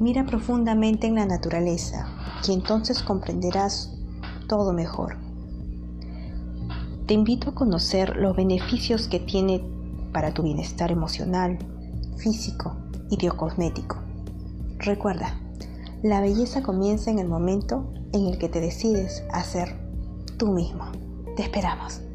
Mira profundamente en la naturaleza y entonces comprenderás todo mejor. Te invito a conocer los beneficios que tiene para tu bienestar emocional, físico y biocosmético. Recuerda, la belleza comienza en el momento en el que te decides a ser tú mismo. Te esperamos.